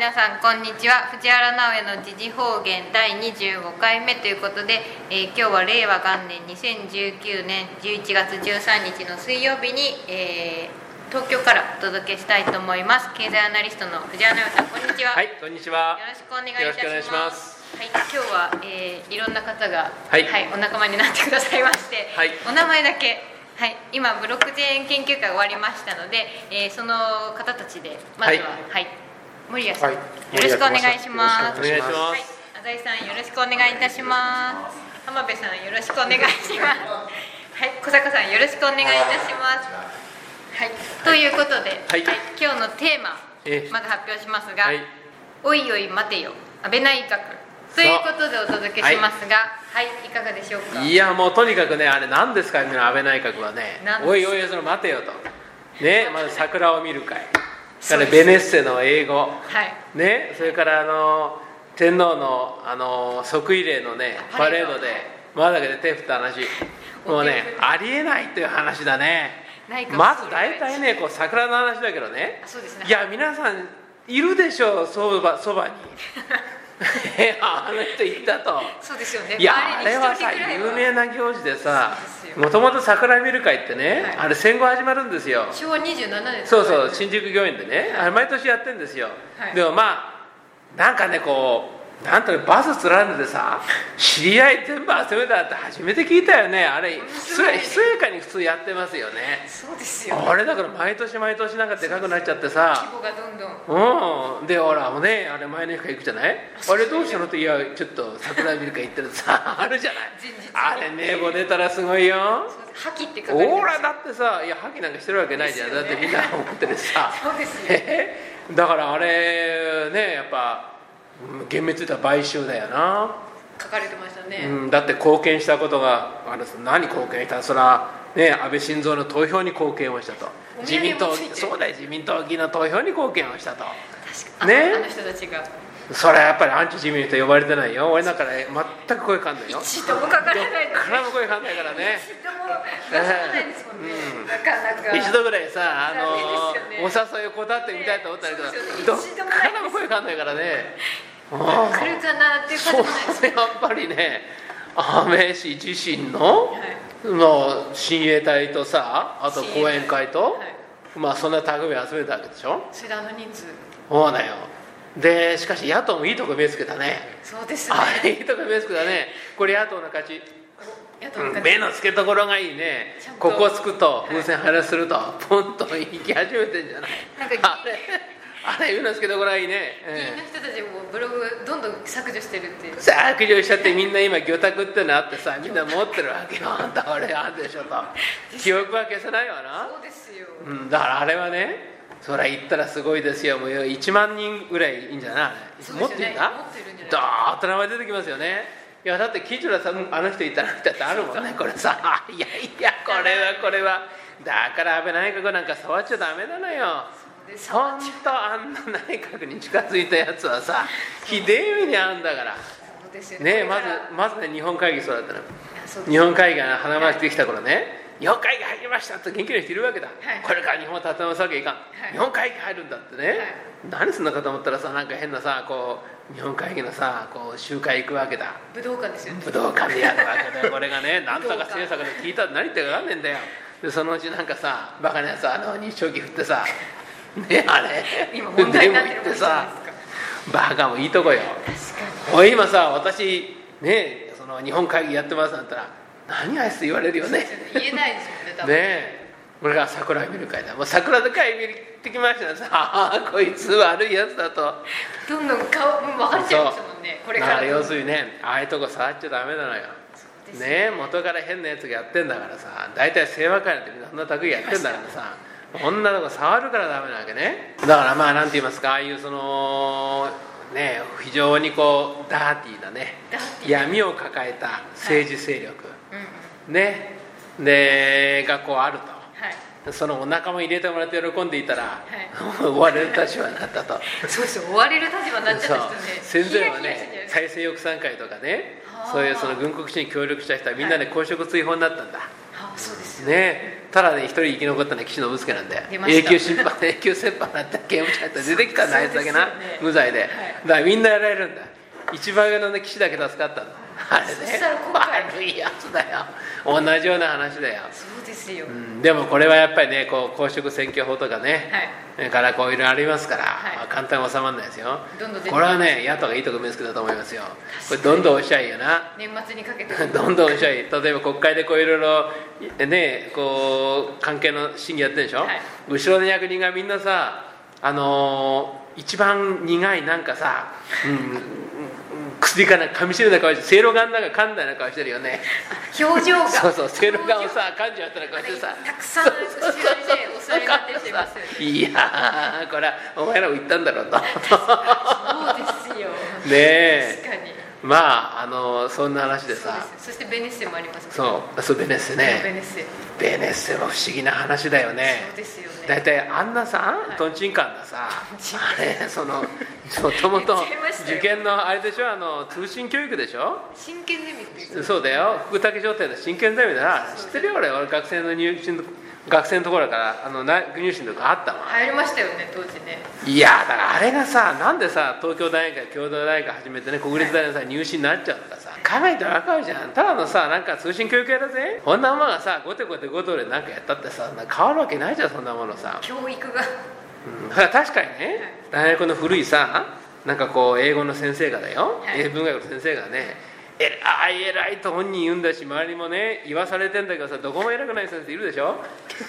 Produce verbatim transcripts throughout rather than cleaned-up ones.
皆さんこんにちは。藤原直哉の時事方言だいにじゅうごかいめということで、えー、今日は令和元年にせんじゅうきゅうねんじゅういちがつじゅうさんにちの水曜日に、えー、東京からお届けしたいと思います。経済アナリストの藤原直哉さん、こんにちは。 はい、こんにちは。 よろしくお願いいたします。 よろしくお願いします。 はい、今日は、えー、いろんな方が、 はいはい、お仲間になってくださいまして、 はい、 お名前だけ、はい、今ブロックチェーン研究会終わりましたので、えー、その方たちでまずは、はいはい、森谷さん、はい、よろしくお願いします。 お願いします。 はい、浅井さんよろしくお願いいたします。浜辺さんよろしくお願いします。はい、小坂さんよろしくお願いいたします。はい、ということで、はいはい、今日のテーマまず発表しますが、はい、おいおい待てよ安倍内閣ということでお届けしますが、はい、はい、いかがでしょうか。 いやもうとにかくね、あれ何ですかね、安倍内閣はね、おいおいその待てよとね、まず桜を見る会からベネッセの英語、はいね、それからあの天皇のあの即位礼のねパレードでまだけで手振った話、もうねありえないという話だね。まず大体ねこう桜の話だけどね、そうですね、いや皆さんいるでしょう、そばそばにあの人行ったと。 そうですよね。 いやあれはさ有名な行事でさ、もともと桜見る会ってね、はい、あれ戦後始まるんですよ。 しょうわにじゅうななねん。 そうそう、新宿御苑でね、はい、あれ毎年やってるんですよ、はい、でもまあなんかねこうなんとねバス連んでてさ、知り合い全部集めたって初めて聞いたよね。あれひそやかに普通やってますよね。 そうですよ、ね、 あれだから毎年毎年なんかでかくなっちゃってさ、 規模がどんどん、 うんでほらもうね、あれ前の日から行くじゃない、あれどうしたのって、いやちょっと桜見るか行ってるとさあるじゃないあれ名簿出たらすごいよ。 覇気って書かれてます。 ほらだってさ、いや覇気なんかしてるわけないじゃん、ね、だってみんな思ってるさそうですよ、ね、 だからあれねやっぱ厳密に言ったら買収だよな。 書かれてましたね、 うん、だって貢献したことがある。何貢献した？それはね、安倍晋三の投票に貢献をしたと。自民党、そうだよ、自民党議員の投票に貢献をしたと。 確かね、あの人たちが。 それはやっぱりアンチ自民の人呼ばれてないよ。俺なんかね全く声かんないよ。 一度も書かれないですね。 からも声かんないからね。 一度も出さないですもんね、うん、なかなか一度ぐらいさ、あの、ね、お誘いを断ってみたいと思ったけど、ね、どっからも声かんないからね。 来るかなっていう感じないですか。 やっぱりね、安倍氏自身の、はい、の親衛隊とさ、あと講演会と、はい、まあそんな匠を集めたわけでしょ。 それであの人数。 そうだよ。でしかし野党もいいとこ目つけたね。 そうですね。 あいいとこ目つけたね。これ野党の勝ち。 野党の勝ち。 目の付けどころがいいね。ここつくと風船晴らすると、はい、ポンと行き始めてんじゃない。 なんかあれあれ目の付けどころがいいね。 議員の人たちもブログどんどん削除してるっていう。 削除しちゃってみんな今魚拓ってのあってさ、みんな持ってるわけよ。あんたあれあんでしょと。記憶は消せないわな。 そうですよ。 うん、だからあれはね。それ言ったらすごいですよ。もういちまんにんぐらいいいんじゃない、ね、持ってるんだ。ドーッと名前出てきますよね。いやだって記事のさ、あの人いたらってあるもんね。これさ、いやいやこれはこれはだから安倍内閣なんか触っちゃダメなのよ。本当あんな内閣に近づいたやつはさ、ひでえ目に遭うんだからね。まずまずね、日本会議そうだったの。日本会議が花巻してきた頃ね、日本会議入りましたって元気な人いるわけだ、はい、これから日本を立て直すわけいかん、はい、日本会議入るんだってね、はい、何すんのかと思ったらさ、なんか変なさ、こう日本会議のさこう集会行くわけだ。 武道館ですよね。 武道館でやるわけだよこれがねなんとか政策で聞いたって何言ってるか分かんねえんだよ。でそのうちなんかさバカなやつあの日照旗振ってさねあれ今問題になってるもんじゃないですか。バカもいいとこよ。おい今さ私ねその日本会議やってますなんて言ったら何あいつ言われるよね。 言えないですもんね多分。 ねえ、これが桜見る会だ。もう桜で会見ってきましたらさ、ああこいつ悪いやつだとどんどん顔分かっちゃいますもんね。これからだから要するにね、ああいうとこ触っちゃダメなのよ。ねえ、元から変なやつがやってんだからさ、大体清和会なんてみんなそんな得意やってんだからさ、こんなとこ触るからダメなわけね。だからまあなんて言いますか、ああいうそのね非常にこうダーティーなね闇を抱えた政治勢力、はいうん、ねでがこうあると、はい、そのお仲間入れてもらって喜んでいたら、はい、追われる立場になったと。 そうですよ、追われる立場になっちゃった人ね。 戦前はね再生抑散会とかね、そういうその軍国主義に協力した人はみんなで公職追放になったんだ、はそうですよね。ただね一人生き残ったのは岸信介なんで、永出ました久審判永久戦犯になって刑務所に入って出てきたんだ、あいつだけな、 そうですよね無罪で、 はいだからみんなやられるんだ。一番上のね岸だけ助かったの、あれね。 そしたら今回悪いやつだよ、同じような話だよ。 そうですよ、 うん、でもこれはやっぱりねこう公職選挙法とかね、 はいそれからこういろいろありますから、 はいまあ、簡単に収まらないですよ。 どんどん出てきますこれはね野党がいいとこ目つけたと思いますよ。これどんどん押しゃいいよな。 年末にかけてどんどん押しゃいい。例えば国会でこういろいろねこう関係の審議やってるでしょ、 はい、 後ろの役人がみんなさあのー、一番苦いなんかさ、うん、薬かな噛みしめた顔してせいろがんなんか噛んだような顔してるよね。 表情がそうそうせいろがんをさ噛んじゃったらこうやってさたくさん後ろにねお座りになってる人いますよね。 いやーこれはお前らも言ったんだろうとそうですよねえ確かにまああのそんな話でそうさです。そしてベネッセもありますけどそうそうベネッセベねネッセベネッセも不思議な話だよね。 そうですよね。 だいたいあんなさいとんちんかんなさとんちんあれそのもともと言っちゃいましたよ受験のあれでしょあの通信教育でしょ。 真剣ゼミって言ってそうだよ福武商店の真剣ゼミだな。知ってるよ俺俺学生の入試の学生のところからあのな入試のとこあったわ。 入りましたよね当時ね。 いやだからあれがさなんでさ東京大学共同大学始めてね国立大学のさ入試になっちゃったさ考えて分かるじゃん。ただのさなんか通信教育やだぜ。こんなものがさごてごてごてでなんかやったってさ変わるわけないじゃんそんなものさ。 教育がうん、だから確かにね、大学の古いさなんかこう英語の先生がだよ、 はい英文学の先生がね偉い偉いと本人言うんだし周りもね言わされてんだけどさどこも偉くない先生いるでしょ。 どこ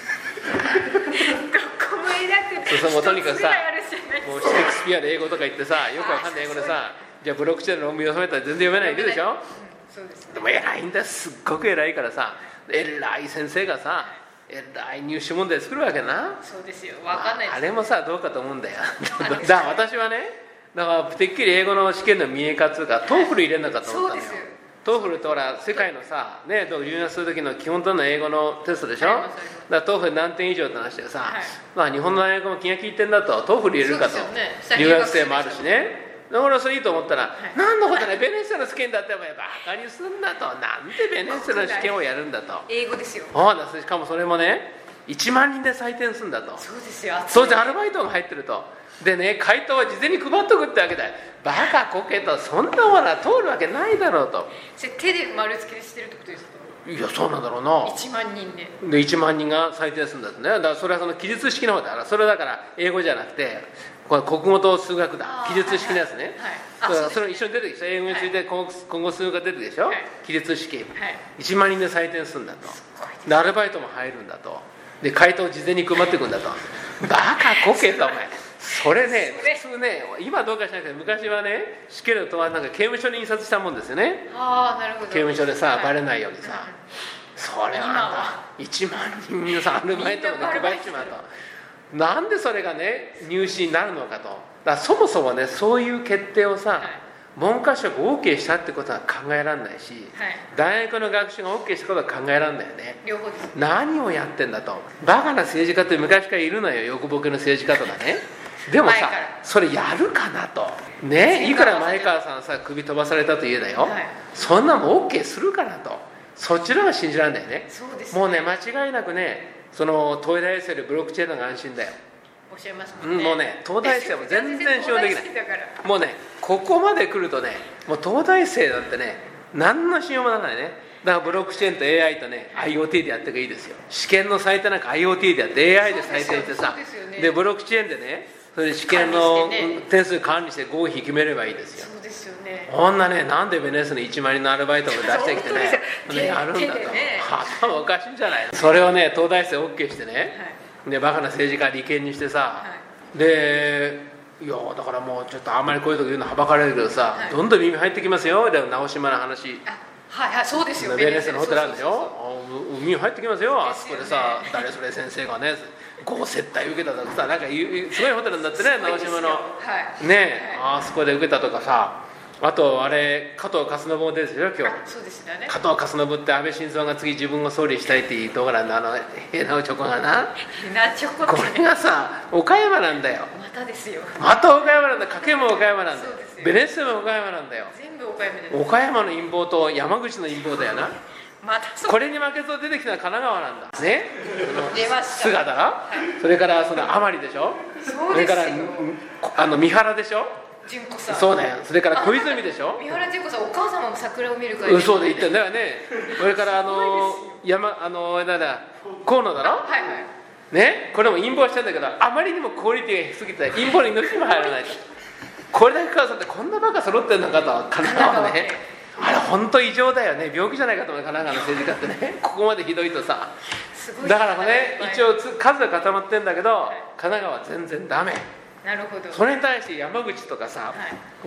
も偉くてそうそうもうとにかくさ一つぐらいあるじゃないですかもうシェイクスピアで英語とか言ってさよくわかんない英語でさじゃあブロックチェーンの論文読めたら全然読めないいるでしょ、 うん、そうですね。 でも偉いんだよすっごく偉いからさ偉い先生がさ偉い入試問題作るわけな。 そうですよわかんないです、 あれもさどうかと思うんだよだから私はねだからてっきり英語の試験の見え方かトーフル入れんのかと思ったのよ。 そうですよトーフルってほら世界のさね留学する時の基本となる英語のテストでしょ。だかありますありますらトーフル何点以上って話でさ、 はいまあ日本の大学も気が利いてんだとトーフル入れるかと、 そうですよね留学生もあるしね。だからそれいいと思ったら、 い何のことないベネッセの試験だってお前バカにすんだとなんでベネッセの試験をやるんだと。 英語ですよ。 そうだしかもそれもねいちまん人で採点するんだと。 そうですよ。 当然アルバイトが入ってると。でね回答は事前に配っとくってわけだよ。バカこけとそんなものは通るわけないだろうと。 それ手で丸付けしてるってことですか。 いやそうなんだろうな。 いちまん人ででいちまん人が採点するんだってね。だからそれはその記述式の方だからそれはだから英語じゃなくてこれ国語と数学だ記述式のやつね、 はいはい、 だからそれ一緒に出てきた英語について今後、今後数学が出てくるでしょ、はい、記述式、はい、いちまん人で採点するんだと。でアルバイトも入るんだと。で回答を事前に配っていくんだと。バカこけとお前それね普通ね今どうかしなくて昔はね試験のとはなんか刑務所に印刷したもんですよね。 ああなるほど。 刑務所でさ、はい、バレないようにさ、 うん、 それはいちまん人のさアルバイトを、ね、配っちまうとなんでそれがね入試になるのかと。だからそもそもねそういう決定をさ、はい、文科省が OK したってことは考えられないし、はい、大学の学習が OK したことは考えられないよね。 両方です。何をやってんだと。バカな政治家って昔からいるのよ横ボケの政治家とかねでもさそれやるかなとね。いくら前川さんさ首飛ばされたといえだよ、はい、そんなもん OK するかなと。そっちの方が信じられないよね。 そうですね。 もうね間違いなくねその東大生でブロックチェーンの方が安心だよ。 おっしゃいますもんね、 うん、もうね東大生も全然信用できない。もうねここまで来るとねもう東大生だってね何の信用もならないね。だからブロックチェーンと エーアイ とね アイオーティー でやっていけばいいですよ。試験の採点なんか アイオーティー でやって エーアイ で採点してさ で,、ね、でブロックチェーンでねそれで試験の点数管理して合否決めればいいですよ。 そうですよね。 こんなねなんでベネスのいちまん人のアルバイトを出してきてねねやるんだと、ね、頭おかしいんじゃない。それをね東大生 OK してね、はい、でバカな政治家利権にしてさ、はい、でいやだからもうちょっとあんまりこういうとこ言うのはばかれるけどさ、はい、どんどん耳入ってきますよ。でも直島の話はいはいそうですよ。 ベネスのホテルあるんだよ。耳入ってきますよ。あそこでさ誰それ先生がねご接待受けたとかさなんかすごいホテルになってね直島の、はい、ね、はい、あそこで受けたとかさ。あとあれ加藤勝信もですよ今日。 そうですよね。 加藤勝信って安倍晋三が次自分を総理したいって言うところなんだあのヘナオチョコがなヘナチョコこれがさ岡山なんだよ。 またですよ。 また岡山なんだ。家計も岡山なんだよ。ベネッセも岡山なんだよ。 全部岡山です。 岡山の陰謀と山口の陰謀だよな。 またそうこれに負けずと出てきたのは神奈川なんだね。 出ました。 菅だろ、はい、それからその甘利でしょ、 そうですよ。 それからあの三原でしょ、 純子さん。 そうね。それから小泉でしょ。 三原純子さん、お母様も桜を見る会で。 そうで言ってんだよね。それからあの山あのなんだ河野だろ。 はいはい。 ね、これも陰謀してんだけど、あまりにもクオリティが低すぎて陰謀に抜きも入らない。これだけ母さんってこんなバカ揃ってんのかと、神奈川ね。あれ本当異常だよね。病気じゃないかと思う、神奈川の政治家ってね。ここまでひどいとさ。だからね、一応数は固まってんだけど、はい、神奈川は全然ダメ。 なるほど。 それに対して山口とかさ、はい、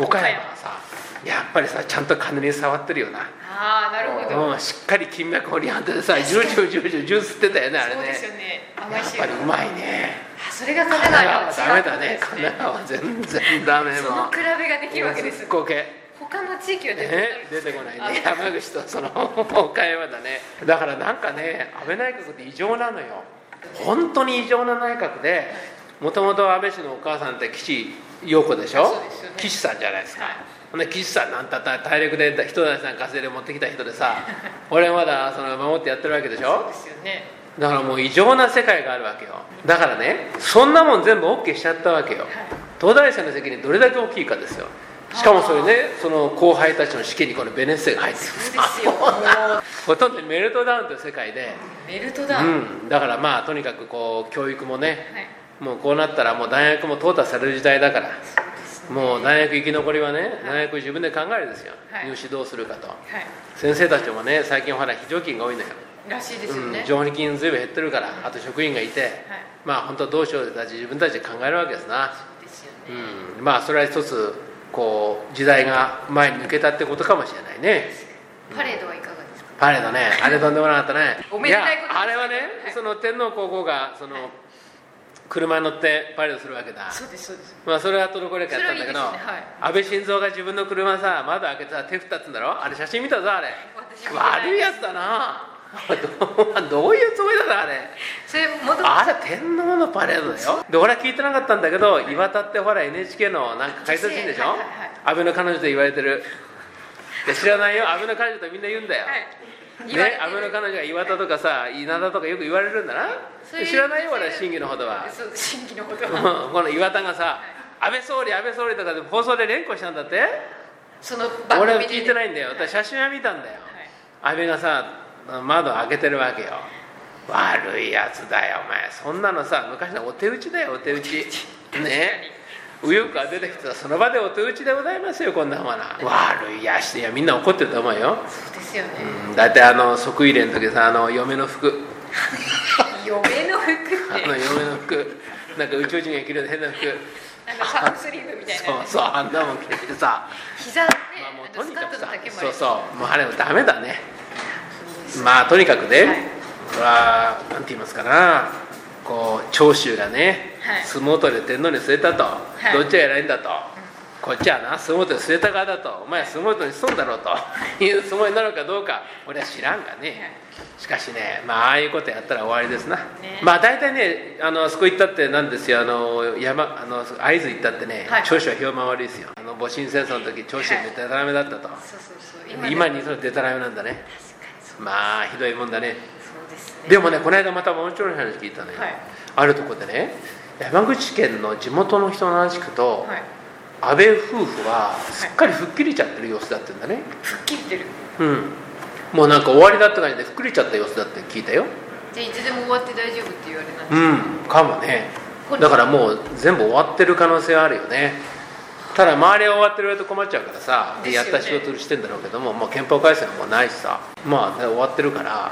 岡山はさ、やっぱりさちゃんと金に触ってるよな。 ああ、なるほど。 もうしっかり金脈掘り当ててさ、ジュージュージュージュージュー吸ってたよね、あれね。 そうですよね。 やっぱりうまいね。 あ、それが神奈川はダメだね。神奈川は全然ダメ。 その比べができるわけです。 合計。 他の地域は出てこない、 ね、出てこないね。山口とその岡山だね。だからなんかね、安倍内閣って異常なのよ。本当に異常な内閣で、もともと安倍氏のお母さんって岸陽子でしょ。 そうですよね。 岸さんじゃないですか。 はい、 で岸さんなんたった大陸で人たちなんか稼いで持ってきた人でさ俺まだその守ってやってるわけでしょ。 そうですよね。 だからもう異常な世界があるわけよ。だからね、そんなもん全部 OK しちゃったわけよ、はい、東大生の責任どれだけ大きいかですよ。しかもそれね、その後輩たちの試験にこのベネッセが入ってる。 そうですよ。 ほとんどメルトダウンという世界で。 メルトダウン、 うん、だからまあとにかくこう教育もね、 はい、 もうこうなったらもう大学も淘汰される時代だから、もう大学生き残りはね、はい、大学自分で考えるんですよ、はい、入試どうするかと、はい、先生たちもね最近ほら非常勤が多いのよ。 らしいですよね、 うん、常勤金ずいぶん減ってるから、あと職員がいて、はい、まあ本当どうしようって自分たちで考えるわけですな。 そうですよね、 うん、まあそれは一つこう時代が前に抜けたってことかもしれないね。 パレードはいかがですか。 パレードね、あれとんでもなかったね。 おめでたいことです。 いやあれはね、はい、その天皇皇后がその、はい、車に乗ってパレードするわけだ。 そうですそうです。 まあそれはトルコレカやったんだけど、 いいですね、はい、 安倍晋三が自分の車さ窓開けてさ手振ったっつうんだろ。あれ写真見たぞあれ。悪いやつだな。どういうつもりだなあれ。 それ元あれ天皇のパレードだよ。で俺は聞いてなかったんだけど、岩田ってほら エヌエイチケー のなんか解説員でしょ、はいはいはい、安倍の彼女と言われてる。で知らないよ、安倍の彼女とみんな言うんだよ、はい、ね、安倍の彼女が岩田とかさ稲田とかよく言われるんだな。知らないよ俺は真偽のほどは。 そう真偽のほどはこの岩田がさ、はい、安倍総理安倍総理とかで放送で連呼したんだって。 その番組で俺は聞いてないんだよ。写真は見たんだよ、はい、安倍がさ窓開けてるわけよ。悪いやつだよお前。そんなのさ昔のお手打ちだよ、お手打ちね。右翼が出てきてその場でお手打ちでございますよこんなものは。悪いやし、いやみんな怒ってると思うよ。 そうですよね、 うん、だってあの即位礼の時さ、あの嫁の服嫁の服ってあの嫁の服なんか宇宙人が着る変な服、 なんかハーフスリーブみたいな、ね、 そうそう、あんなもん着てきてさ膝ね、 まあ、もうとにかくさ、 そうそうもうあれもダメだね。まあとにかくね、はい、それは何て言いますかな、こう長州がね、はい、相撲取りで天皇に据えたと、はい、どっちが偉いんだと、うん、こっちはな相撲取り据えた側だと、お前は相撲取りに損だろうという相撲になるかどうか俺は知らんがね、はい、しかしね、まあああいうことやったら終わりですな、ね、まあ大体ね、あのあそこ行ったってなんですよ、あの山あの会津行ったってね、はい、長州は評判悪いですよ。あの戊辰戦争の時長州ってデタラメだったと、はい、そうそうそう、今, 今にそのデタラメなんだね。まあひどいもんだね。 そうですね。 でもね、この間また面白い話聞いたのよ、はい、あるところでね、山口県の地元の人の話聞くと、はい、安倍夫婦はすっかり吹っ切れちゃってる様子だって言うんだね。 吹っ切ってる、 うん、もうなんか終わりだって感じで吹っ切れちゃった様子だって聞いたよ。 じゃあいつでも終わって大丈夫って言われないんですか。 うんかもね。だからもう全部終わってる可能性はあるよね。ただ周りは終わってると困っちゃうからさ、で、ね、やった仕事してんだろうけども、まあ、憲法改正はもうないしさ、まあ、ね、終わってるから、はい、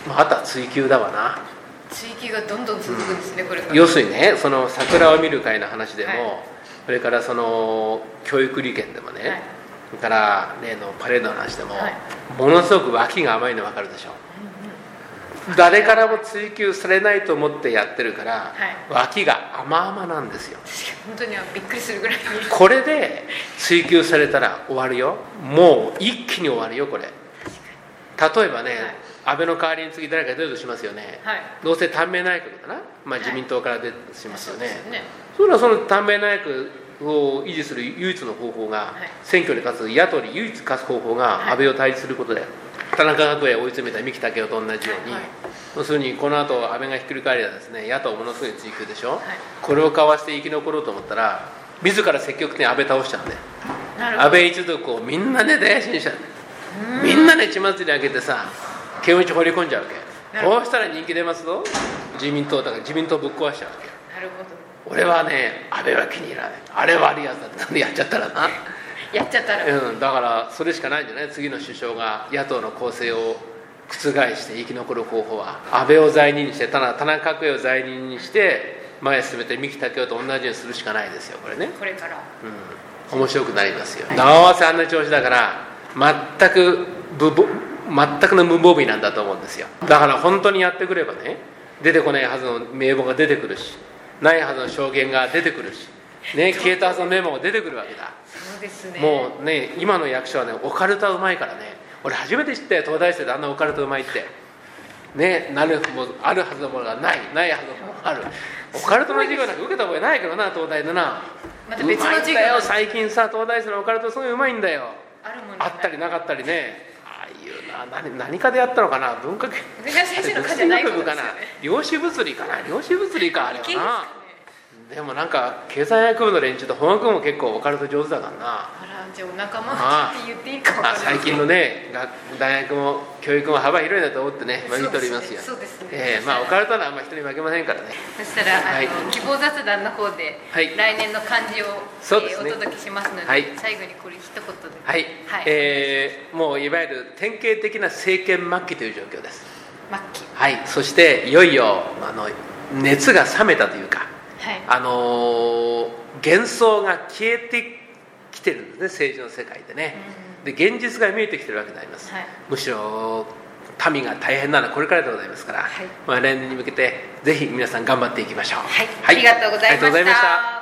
まあ、あとは追及だわな。 追及がどんどん続くんですね、うん、これから。 要するにね、その桜を見る会の話でも、はい、それからその教育利権でもね、はい、それから例のパレードの話でも、はい、ものすごく脇が甘いの分かるでしょ、うんうん、誰からも追及されないと思ってやってるから、はい、脇が甘々なんですよ。 本当にびっくりするぐらいにこれで追及されたら終わるよ。もう一気に終わるよこれ。例えばね、はい、安倍の代わりに次誰か出るとしますよね、はい、どうせ短命内閣だな、まあ、自民党から出るとしますよね、はい、そうですね。それはその短命内閣を維持する唯一の方法が、はい、選挙で勝つ野党に唯一勝つ方法が安倍を対立することだよ、は田中角栄を追い詰めた三木武夫と同じように、はい、要するにこの後安倍がひっくり返りはですね、野党ものすごい追及でしょ、はい、これをかわして生き残ろうと思ったら自ら積極的に安倍倒しちゃうんで、安倍一族をみんなね大事にしちゃう、みんなね血祭り上げてさ刑務所放り込んじゃうわけ。こうしたら人気出ますぞ、自民党だから自民党ぶっ壊しちゃうわけ。 なるほど。 俺はね安倍は気に入らない、あれ悪いやつだってやっちゃったらなやっちゃったら、 うん、だからそれしかないんじゃない。次の首相が野党の構成を覆して生き残る方法は安倍を罪人にして田中角栄を罪人にして前へ進めて三木武夫と同じようにするしかないですよこれね。 これから、 うん、面白くなりますよ。直合わせあんな調子だから全く無全くの無防備なんだと思うんですよ。だから本当にやってくればね、出てこないはずの名簿が出てくるし、ないはずの証言が出てくるし、ね、消えたはずのメモが出てくるわけだ。 そうですね。 もうね、今の役所はねオカルトうまいからね。俺初めて知ったよ、東大生であんなオカルトうまいってね。なるもあるはずのものがない、ないはずのものがある。オカルトの授業なんか受けた覚えないけどな、東大でな。 また別の授業うまいんだよ最近さ、東大生のオカルトすごいうまいんだよ。 あるものあったりなかったりね。ああいうな 何, 何かでやったのかな、文化系文化先生の科じゃないことですよね。 量子物理かな、量子物理かあれはな。でもなんか経済学部の連中と法学部も結構オカルト上手だからな。 あら、じゃあお仲間って言っていいか分からない。 最近のね大学も教育も幅広いなと思ってね、まあ、見ておりますよ。 そうですね。 えー、まあオカルトはあんま人に負けませんからね。 そしたらあの、はい、希望雑談の方で、はい、来年の漢字を、ねえー、お届けしますので、はい、最後にこれ一言で。 はい、はい、えー、もういわゆる典型的な政権末期という状況です。 末期。 はい。そしていよいよあの熱が冷めたというか、はい、あのー、幻想が消えてきてるんですね、政治の世界でね。で現実が見えてきてるわけであります、はい、むしろ民が大変なのはこれからでございますから、はい、まあ、来年に向けてぜひ皆さん頑張っていきましょう。 はい、はい、ありがとうございました。